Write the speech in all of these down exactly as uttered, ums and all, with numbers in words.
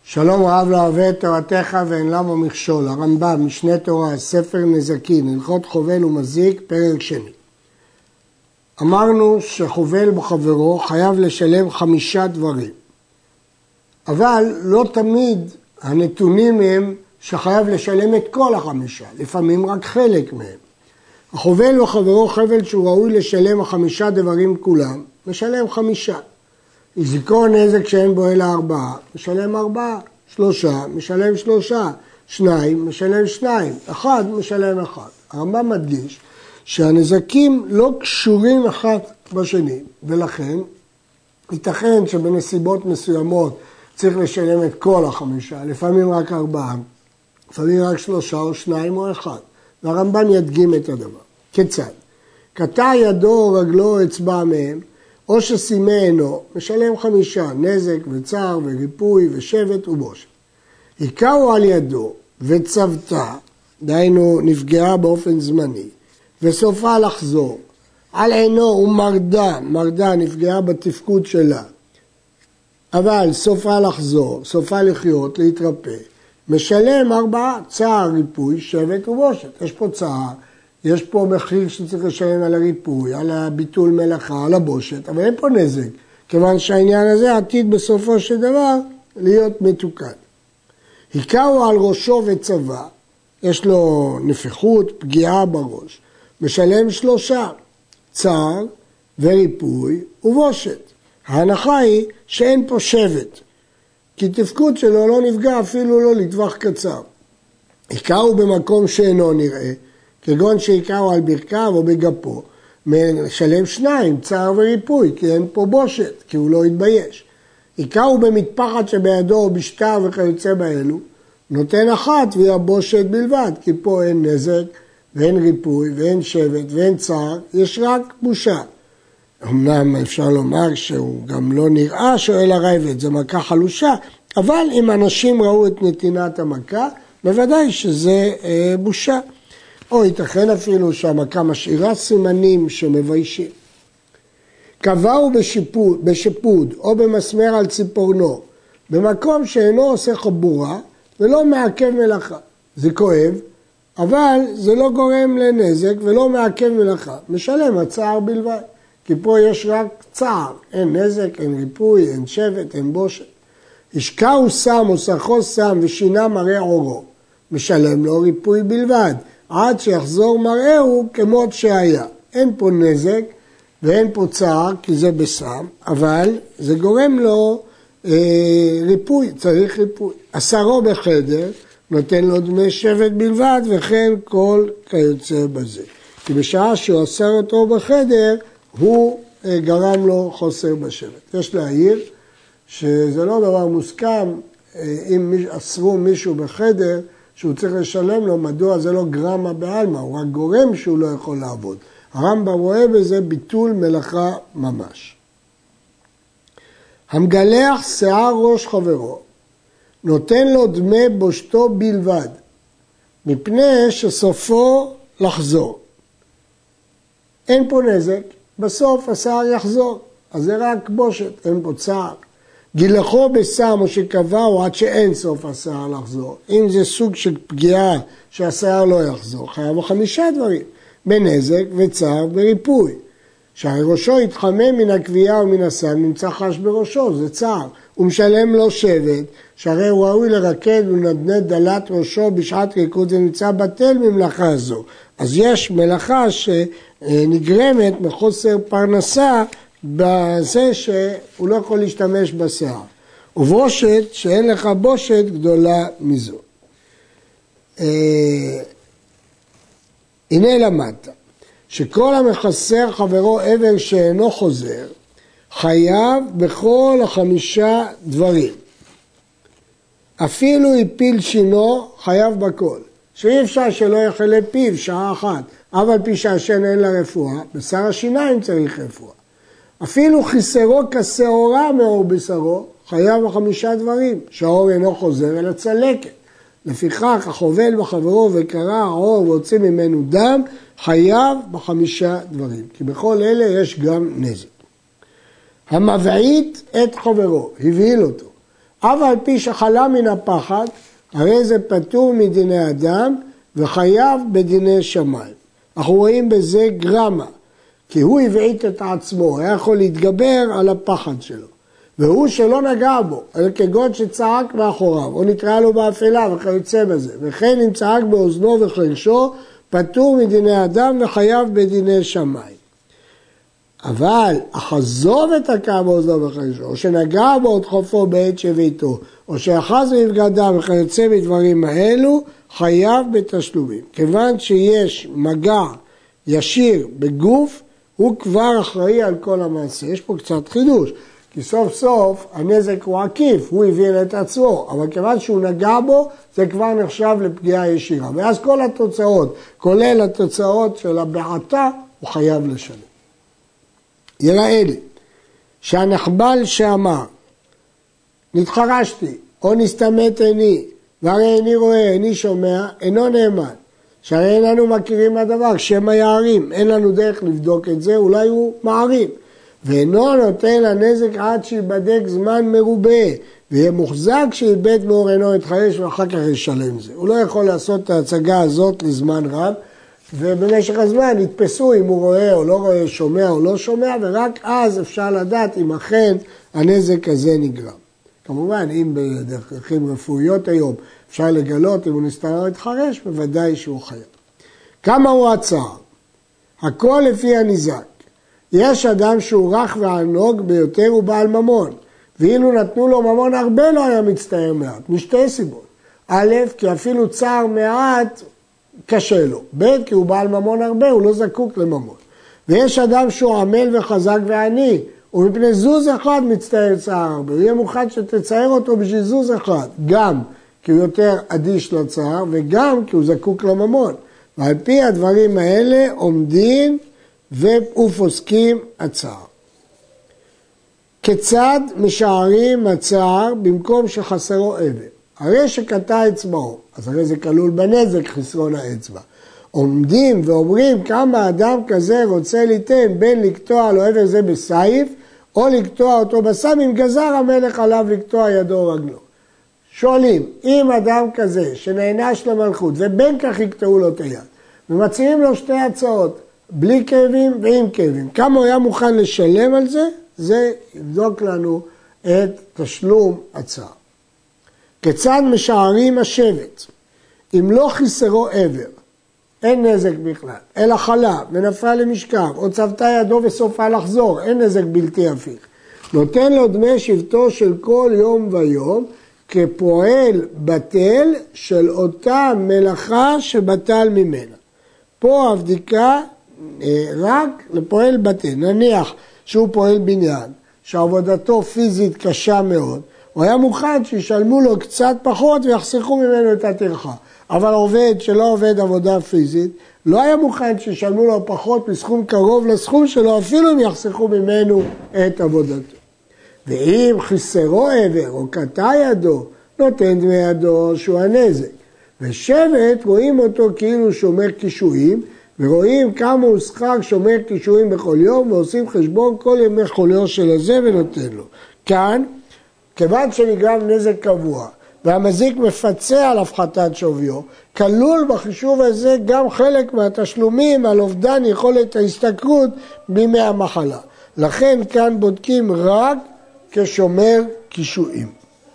שלום רב לא אוהב את תורתך ואין למה מכשול. הרמב"ם, משנה תורה, ספר נזקין, הלכות חובל ומזיק, פרק שני. אמרנו שחובל בחברו חייב לשלם חמישה דברים. אבל לא תמיד הנתונים הם שחייב לשלם את כל החמישה, לפעמים רק חלק מהם. החובל בחברו חבל שהוא ראוי לשלם החמישה דברים כולם, משלם חמישה. יזכור נזק שאין בו אלא ארבעה, משלם ארבעה, שלושה, משלם שלושה, שניים, משלם שניים, אחד, משלם אחד. הרמב"ם מדגיש שהנזקים לא קשורים אחד בשני, ולכן ייתכן שבנסיבות מסוימות צריך לשלם את כל החמישה, לפעמים רק ארבעה, לפעמים רק שלושה או שניים או אחד. והרמב"ם ידגים את הדבר. כיצד? קטע ידו או רגלו או אצבע מהם, או שסימא עינו, משלם חמישה, נזק וצער וריפוי ושבט ובושת. הכהו על ידו וצבתה, דהיינו נפגעה באופן זמני, וסופה לחזור. על עינו הוא מרדה, מרדה נפגעה בתפקוד שלה, אבל סופה לחזור, סופה לחיות, להתרפא. משלם ארבעה, צער, ריפוי, שבט ובושת. יש פה צער. יש פה מחיר שצריך לשלם על הריפוי, על הביטול מלאכה, על הבושת, אבל אין פה נזק, כיוון שהעניין הזה עתיד בסופו של דבר להיות מתוקן. הכהו על ראשו וצבא, יש לו נפיחות, פגיעה בראש, משלם שלושה, צער וריפוי ובושת. ההנחה היא שאין פה שבט, כי תפקוד שלו לא נפגע אפילו לא לטווח קצר. הכהו במקום שאינו נראה, כגון שהכהו על ברכיו או בגפו, משלם שניים, צער וריפוי, כי אין פה בושת, כי הוא לא התבייש. הכהו במטפחת שבידו או בשטר וכיוצא באלו, נותן אחת והיא הבושת בלבד, כי פה אין נזק ואין ריפוי ואין שבט ואין צער, יש רק בושה. אמנם אפשר לומר שהוא גם לא נראה שואל הרייבת, זה מכה חלושה, אבל אם אנשים ראו את נתינת המכה, בוודאי שזה אה, בושה. או ייתכן אפילו שהמכה משאירה סימנים שמביישים. קבעו בשיפוד, בשיפוד או במסמר על ציפורנו, במקום שאינו עושה חבורה ולא מעכב מלאכה. זה כואב, אבל זה לא גורם לנזק ולא מעכב מלאכה. משלם הצער בלבד, כי פה יש רק צער, אין נזק, אין ריפוי, אין שבט, אין בושת. השקעו סם או סחו סם ושינה מראה עורו, משלם לו ריפוי בלבד. עד שיחזור מראהו כמות שהיה. אין פה נזק ואין פה צער, כי זה בסם, אבל זה גורם לו אה, ריפוי, צריך ריפוי. אסרו בחדר, נותן לו דמי שבט בלבד, וכן כל כיוצא בזה. כי בשעה שהוא אסר אותו בחדר, הוא אה, גרם לו חוסר בשבט. יש להעיר שזה לא דבר מוסכם, אה, אם אסרו מישהו בחדר, שהוא צריך לשלם לו, מדוע זה לא גרמה בעלמא, הוא רק גורם שהוא לא יכול לעבוד. הרמב"ם רואה בזה ביטול מלאכה ממש. המגלח שיער ראש חברו, נותן לו דמי בושתו בלבד, מפני שסופו לחזור. אין פה נזק, בסוף השיער יחזור, אז זה רק בושת, אין פה צער. גילחו בסם או שקבעו עד שאין סוף השיער לחזור. אם זה סוג של פגיעה שהשיער לא יחזור, חייב חמישה דברים, בנזק וצער וריפוי. שהרי ראשו יתחמם מן הקביעה ומן הסם, נמצא חש בראשו, זה צער. הוא משלם לו שבט, שהרי הוא ראוי לרקד ולנדנד דלת ראשו בשעת ריקוד, זה נמצא בטל ממלאכה הזו. אז יש מלאכה שנגרמת מחוסר פרנסה, בזה שהוא לא יכול להשתמש בשיער. ובושת, שאין לך בושת גדולה מזו. אה, הנה למדת, שכל המחסר חברו אבל שאינו חוזר, חייב בכל החמישה דברים. אפילו הפיל שינו, חייב בכל. שאי אפשר שלא יחלה פיו שעה אחת, אבל פי שהשן אין לה רפואה, בשר השיניים צריך רפואה. אפילו חיסרו כשעורה מאור בשרו, חייב בחמישה דברים, שהאור אינו חוזר אלא צלקת. לפיכך, החובל בחברו וקרע העור והוציא ממנו דם, חייב בחמישה דברים. כי בכל אלה יש גם נזק. המבעית את חברו, הבהיל אותו, אף על פי שחלה מן הפחד, הרי זה פטור מדיני אדם וחייב בדיני שמיים. אנחנו רואים בזה גרמה, כי הוא הבעית את עצמו, היה יכול להתגבר על הפחד שלו. והוא שלא נגע בו, אלא כגון שצעק מאחוריו, או נקרא לו באפלה וכיוצא בזה. וכן אם צעק באוזנו וחרשו, פטור מדיני אדם וחייב בדיני שמיים. אבל החזוב את הקע באוזנו וחרשו, או שנגע בו את חופו בעת שביתו, או שאחז בבגדיו וכיוצא בדברים האלו, חייב בתשלומים. כיוון שיש מגע ישיר בגוף, הוא כבר אחראי על כל המעשה. יש פה קצת חידוש, כי סוף סוף הנזק הוא עקיף, הוא הביא את עצמו, אבל כיוון שהוא נגע בו, זה כבר נחשב לפגיעה ישירה. ואז כל התוצאות, כולל התוצאות של הבעתה, הוא חייב לשלם. יראה לי, שהנחבל שאמר, נתחרשתי, או נסתמת עיני, והרי איני רואה, איני שומע, אינו נאמן. שהרי איננו מכירים הדבר, שם היערים, אין לנו דרך לבדוק את זה, אולי הוא מערים. ואינו נותן לנזק עד שיבדק זמן מרובה, ויהיה מוחזק שאיבד מאור עינו יתחרש ואחר כך ישלם זה. הוא לא יכול לעשות את ההצגה הזאת לזמן רב, ובמשך הזמן יתפסו אם הוא רואה או לא רואה, שומע או לא שומע, ורק אז אפשר לדעת אם אכן הנזק הזה נגרם. כמובן, אם בדרכים רפואיות היום אפשר לגלות אם הוא נסתר או יתחרש, בוודאי שהוא חייב. כמה הוא הצער? הכל לפי הנזק. יש אדם שהוא רך וענוג ביותר הוא בעל ממון, ואילו נתנו לו ממון הרבה לא היה מצטער מעט, משתי סיבות. א', כי אפילו צער מעט קשה לו. ב', כי הוא בעל ממון הרבה, הוא לא זקוק לממון. ויש אדם שהוא עמל וחזק ועני, ומפני זוז אחד מצטער צער הרבה. הוא יהיה מוכן שתצייר אותו בשביל זוז אחד, גם כי הוא יותר אדיש לצער, וגם כי הוא זקוק לממון. ועל פי הדברים האלה עומדים ופוסקים הצער. כיצד משערים הצער במקום שחסרו עבר? הרי שקטע אצבעו, אז הרי זה כלול בנזק חסרון האצבע. עומדים ואומרים כמה אדם כזה רוצה ליתן בין לקטוע לו עבר זה בסייף, או לקטוע אותו בסם אם גזר המלך עליו לקטוע ידו או רגלו. שואלים, אם אדם כזה שנענש למלכות ובין כך יקטעו לו את היד, ומציעים לו שתי הצעות, בלי כאבים ועם כאבים, כמה הוא היה מוכן לשלם על זה? זה יבדוק לנו את תשלום הצער. כיצד משערים השבט? אם לא חיסרו עבר, אין נזק בכלל, אלא חלה ונפל למשכב, או צבתה ידו וסופה לחזור, אין נזק בלתי הפיך. נותן לו דמי שבטו של כל יום ויום, כפועל בטל של אותה מלאכה שבטל ממנה. פה הבדיקה רק לפועל בטל. נניח שהוא פועל בניין, שעבודתו פיזית קשה מאוד, הוא היה מוכן שישלמו לו קצת פחות ויחסכו ממנו את הטרחה. אבל עובד שלא עובד עבודה פיזית, לא היה מוכן שישלמו לו פחות מסכום קרוב לסכום שלו, אפילו אם יחסכו ממנו את עבודתו. ואם חיסרו עבר או קטע ידו, נותן דמי ידו שהוא הנזק. ושבט רואים אותו כאילו שומר קישואים, ורואים כמה הוא שכר שומר קישואים בכל יום, ועושים חשבון כל ימי חוליו של הזה ונותן לו. כאן, כיוון שנגרם נזק קבוע, והמזיק מפצה על הפחתת שוויו, כלול בחישוב הזה גם חלק מהתשלומים על אובדן יכולת ההשתכרות בימי המחלה. לכן כאן בודקים רק כשומר קישואים.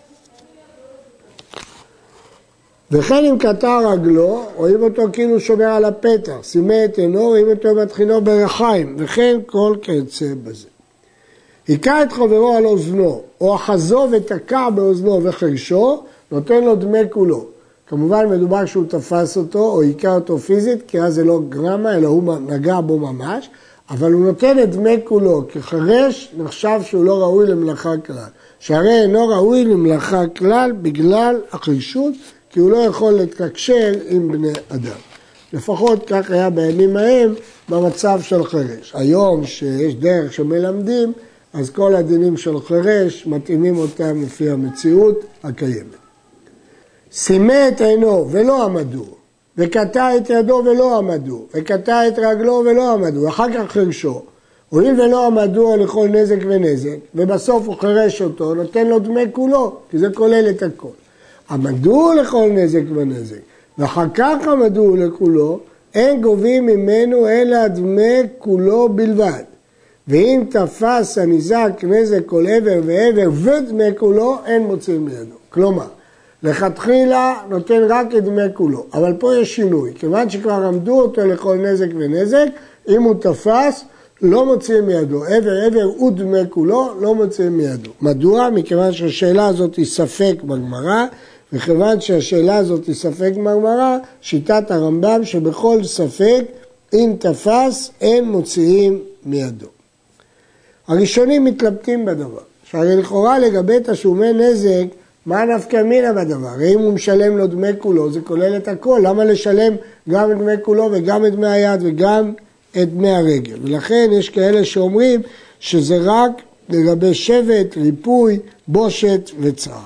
וכן אם קטע רגלו, רואים אותו כאילו שומר על הפתח, שימי את עינו, רואים אותו מתחינו ברחיים, וכן כל כיוצא בזה. היכה את חברו על אוזנו, או החזו ותקע באוזנו וחרשו, נותן לו דמי כולו. כמובן מדובר שהוא תפס אותו, או היכה אותו פיזית, כי אז זה לא גרמה, אלא הוא נגע בו ממש, אבל הוא נותן את דמי כולו, כי חרש נחשב שהוא לא ראוי למלאכה כלל. שהרי אינו ראוי למלאכה כלל בגלל החרשות, כי הוא לא יכול לתקשר עם בני אדם. לפחות כך היה בימים ההם במצב של חרש. היום שיש דרך שמלמדים, אז כל הדינים של חרש מתאימים אותם לפי המציאות הקיימת. שימה את עינו ולא עמדו, וקטע את ידו ולא עמדו, וקטע את רגלו ולא עמדו, אחר כך חרשו. הואיל ולא עמדו לכל נזק ונזק, ובסוף הוא חירש אותו, נותן לו דמי כולו, כי זה כולל את הכל. עמדו לכל נזק ונזק, ואחר כך עמדו לכולו, אין גובים ממנו אלא דמי כולו בלבד. ואם תפס הניזק נזק כל עבר ועבר ודמי כולו, אין מוצאים מידו. כלומר, לכתחילה נותן רק את דמי כולו, אבל פה יש שינוי, כיוון שכבר עמדו אותו לכל נזק ונזק, אם הוא תפס, לא מוצאים מידו. עבר עבר ודמי כולו, לא מוצאים מידו. מדוע? מכיוון שהשאלה הזאת היא ספק בגמרא, וכיוון שהשאלה הזאת היא ספק בגמרא, שיטת הרמב"ם שבכל ספק, אם תפס, אין מוציאים מידו. הראשונים מתלבטים בדבר, שהרי לכאורה לגבי תשלומי נזק, מה נפקא מינה בדבר? אם הוא משלם לו דמי כולו, זה כולל את הכל, למה לשלם גם את דמי כולו וגם את דמי היד וגם את דמי הרגל? ולכן יש כאלה שאומרים שזה רק לגבי שבט, ריפוי, בושת וצער.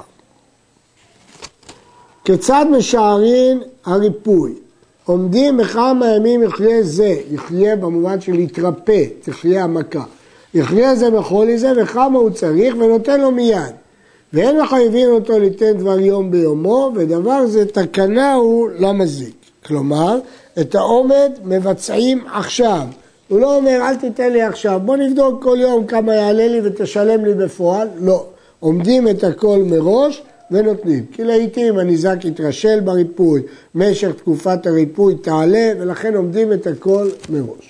כיצד משערים הריפוי? עומדים בכמה ימים יחיה זה, יחיה במובן של להתרפא, תחיה המכה. יחיה זה בחולי זה וכמה הוא צריך ונותן לו מיד. ואין מחייבים אותו ליתן דבר יום ביומו, ודבר זה תקנה הוא למזיק. כלומר, את העומד מבצעים עכשיו. הוא לא אומר, אל תיתן לי עכשיו, בוא נבדוק כל יום כמה יעלה לי ותשלם לי בפועל. לא, עומדים את הכל מראש ונותנים. כי לעתים הניזק יתרשל בריפוי, משך תקופת הריפוי תעלה, ולכן עומדים את הכל מראש.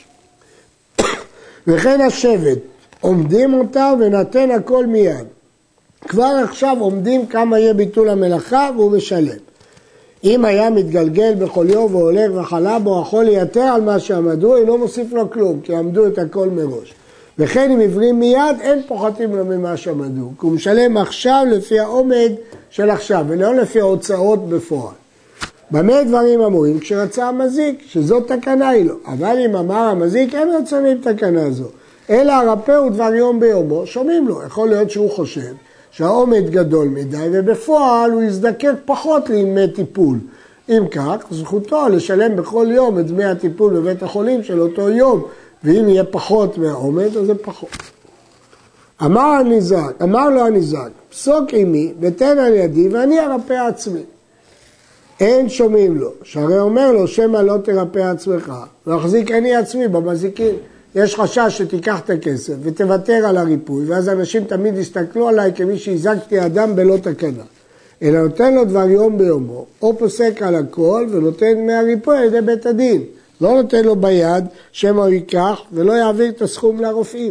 וכן השבט, עומדים אותה ונתן הכל מיד. כבר עכשיו עומדים כמה יהיה ביטול המלאכה והוא משלם. אם היה מתגלגל בכל יום והולך וחלה בו, יכול ליתר על מה שעמדו, אינו מוסיף לו כלום, כי עמדו את הכל מראש. וכן אם עיוורים מיד, אין פוחתים לו ממה שעמדו, כי הוא משלם עכשיו לפי העומד של עכשיו, ולא לפי ההוצאות בפועל. במה דברים אמורים? כשרצה המזיק, שזאת תקנה היא לו. אבל אם אמר המזיק, אין רצונים תקנה זו. אלא הרפא הוא דבר יום ביומו, שומעים לו. יכול להיות שהוא חושב שהעומד גדול מדי, ובפועל הוא יזדקק פחות לימי טיפול. אם כך, זכותו לשלם בכל יום את דמי הטיפול בבית החולים של אותו יום, ואם יהיה פחות מהעומד, אז זה פחות. אמר הניזק, אמר לו הניזק, פסוק עמי ותן על ידי ואני ארפא עצמי. אין שומעים לו, שהרי אומר לו, שמא לא תרפא עצמך, להחזיק אני עצמי במזיקים. יש חשש שתיקח את הכסף ותוותר על הריפוי, ואז אנשים תמיד יסתכלו עליי כמי שהזקתי אדם בלא תקנה. אלא נותן לו דבר יום ביומו, או פוסק על הכל ונותן מהריפוי על ידי בית הדין. לא נותן לו ביד, שמא הוא ייקח ולא יעביר את הסכום לרופאים.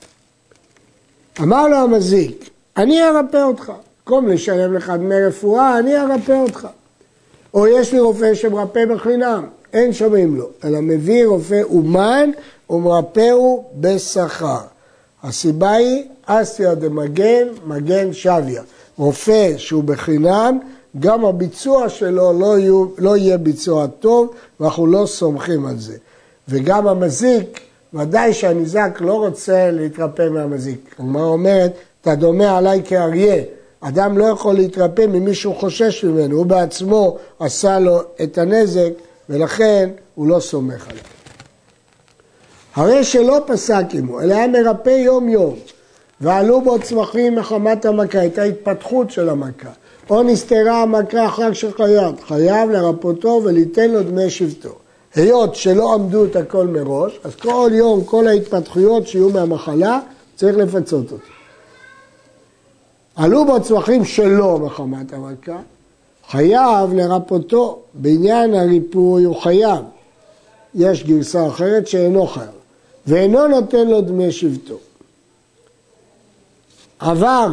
אמר לו המזיק, אני ארפא אותך. קום לשלם לך דמי רפואה, אני ארפא אותך. או יש לי רופא שמרפא בחינם, אין שומעים לו, אלא מביא רופא אומן ומרפאו בשכר. הסיבה היא, אסתיה דמגן, מגן שוויה. רופא שהוא בחינם, גם הביצוע שלו לא יהיה, לא יהיה ביצוע טוב, ואנחנו לא סומכים על זה. וגם המזיק, ודאי שהניזק לא רוצה להתרפא מהמזיק. הגמרא אומרת, אתה דומה עליי כאריה. אדם לא יכול להתרפא ממי שהוא חושש ממנו, הוא בעצמו עשה לו את הנזק, ולכן הוא לא סומך עליו. הרי שלא פסק עמו, אלא היה מרפא יום יום, ועלו בו צמחים מחמת המכה, את ההתפתחות של המכה, או נסתרה המכה אחר שחייב, חייב לרפאותו וליתן לו דמי שבטו. היות שלא עמדו את הכל מראש, אז כל יום, כל ההתפתחויות שיהיו מהמחלה, צריך לפצות אותו. עלו בו צמחים שלא מחמת המכה, חייב לרפאותו, בעניין הריפוי הוא חייב. יש גרסה אחרת שאינו חייב, ואינו נותן לו דמי שבטו. עבר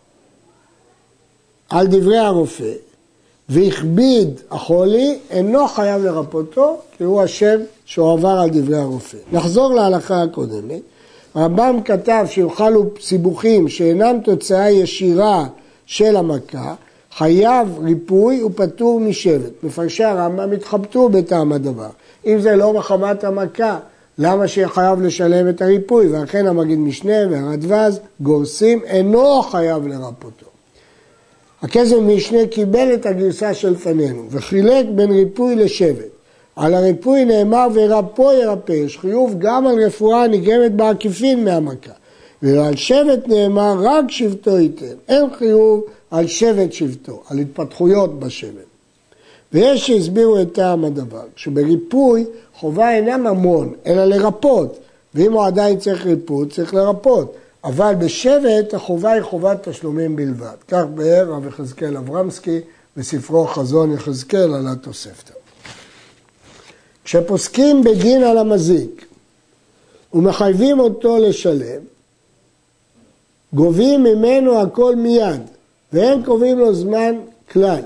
על דברי הרופא, והכביד החולי, אינו חייב לרפאותו, כי הוא השם שהוא עבר על דברי הרופא. נחזור להלכה הקודמת. הרמב"ם כתב שיוחלו סיבוכים שאינם תוצאה ישירה של המכה, חייב ריפוי ופטור משבט. מפרשי הרמב"ם התחבטו בטעם הדבר. אם זה לא מחמת המכה, למה שיהיה חייב לשלם את הריפוי? ואכן המגיד משנה והרדב"ז גורסים, אינו חייב לרפאותו. הכסף משנה קיבל את הגרסה של פנינו וחילק בין ריפוי לשבט. על הריפוי נאמר ורפו ירפא, יש חיוב גם על רפואה נגרמת בעקיפין מהמכה. ועל שבט נאמר רק שבטו ייתן, אין חיוב על שבט שבטו, על התפתחויות בשבט. ויש שהסבירו את טעם הדבר, שבריפוי חובה אינה ממון, אלא לרפות, ואם הוא עדיין צריך ריפוי, צריך לרפות. אבל בשבט החובה היא חובת תשלומים בלבד. כך באר רב יחזקאל אברמסקי בספרו חזון יחזקאל על התוספתא. כשפוסקים בדין על המזיק ומחייבים אותו לשלם, גובים ממנו הכל מיד, והם קובעים לו זמן כלל.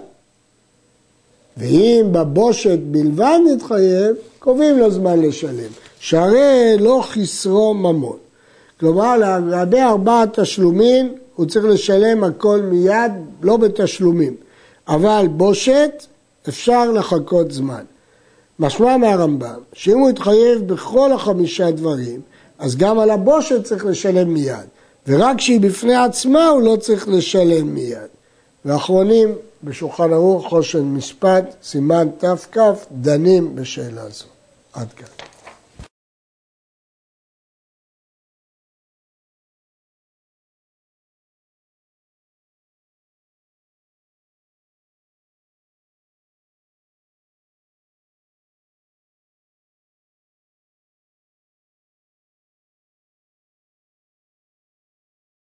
ואם בבושת בלבד נתחייב, קובעים לו זמן לשלם. שהרי לא חסרו ממון. כלומר, לגבי ארבעה תשלומים, הוא צריך לשלם הכל מיד, לא בתשלומים. אבל בושת, אפשר לחכות זמן. משמע מהרמב"ם, שאם הוא יתחייב בכל החמישה דברים, אז גם על הבושת צריך לשלם מיד. ורק שהיא בפני עצמה, הוא לא צריך לשלם מיד. ואחרונים, בשולחן ערוך חושן משפט, סימן תף כף, דנים בשאלה זו. עד כאן.